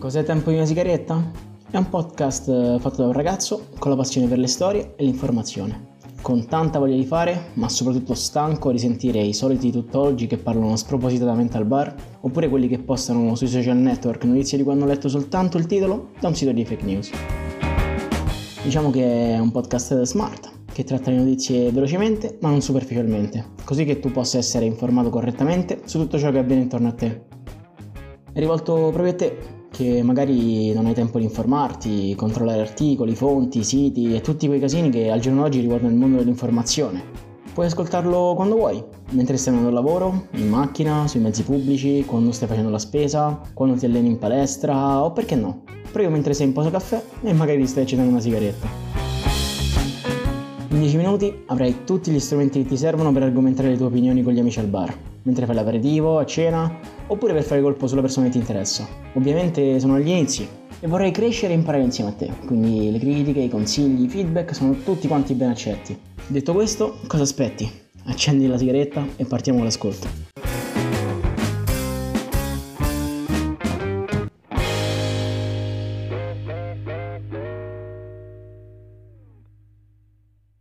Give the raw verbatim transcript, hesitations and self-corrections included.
Cos'è Tempo di una sigaretta? È un podcast fatto da un ragazzo con la passione per le storie e l'informazione, con tanta voglia di fare, ma soprattutto stanco di sentire i soliti tuttologi che parlano spropositatamente al bar, oppure quelli che postano sui social network notizie di cui hanno letto soltanto il titolo da un sito di fake news. Diciamo che è un podcast smart, che tratta le notizie velocemente ma non superficialmente, così che tu possa essere informato correttamente su tutto ciò che avviene intorno a te. È rivolto proprio a te, che magari non hai tempo di informarti, controllare articoli, fonti, siti e tutti quei casini che al giorno d'oggi riguardano il mondo dell'informazione. Puoi ascoltarlo quando vuoi, mentre stai andando al lavoro, in macchina, sui mezzi pubblici, quando stai facendo la spesa, quando ti alleni in palestra o perché no, proprio mentre sei in pausa caffè e magari ti stai accendendo una sigaretta. In dieci minuti avrai tutti gli strumenti che ti servono per argomentare le tue opinioni con gli amici al bar, mentre fai l'aperitivo, a cena, oppure per fare colpo sulla persona che ti interessa. Ovviamente sono agli inizi e vorrei crescere e imparare insieme a te, quindi le critiche, i consigli, i feedback sono tutti quanti ben accetti. Detto questo, cosa aspetti? Accendi la sigaretta e partiamo con l'ascolto.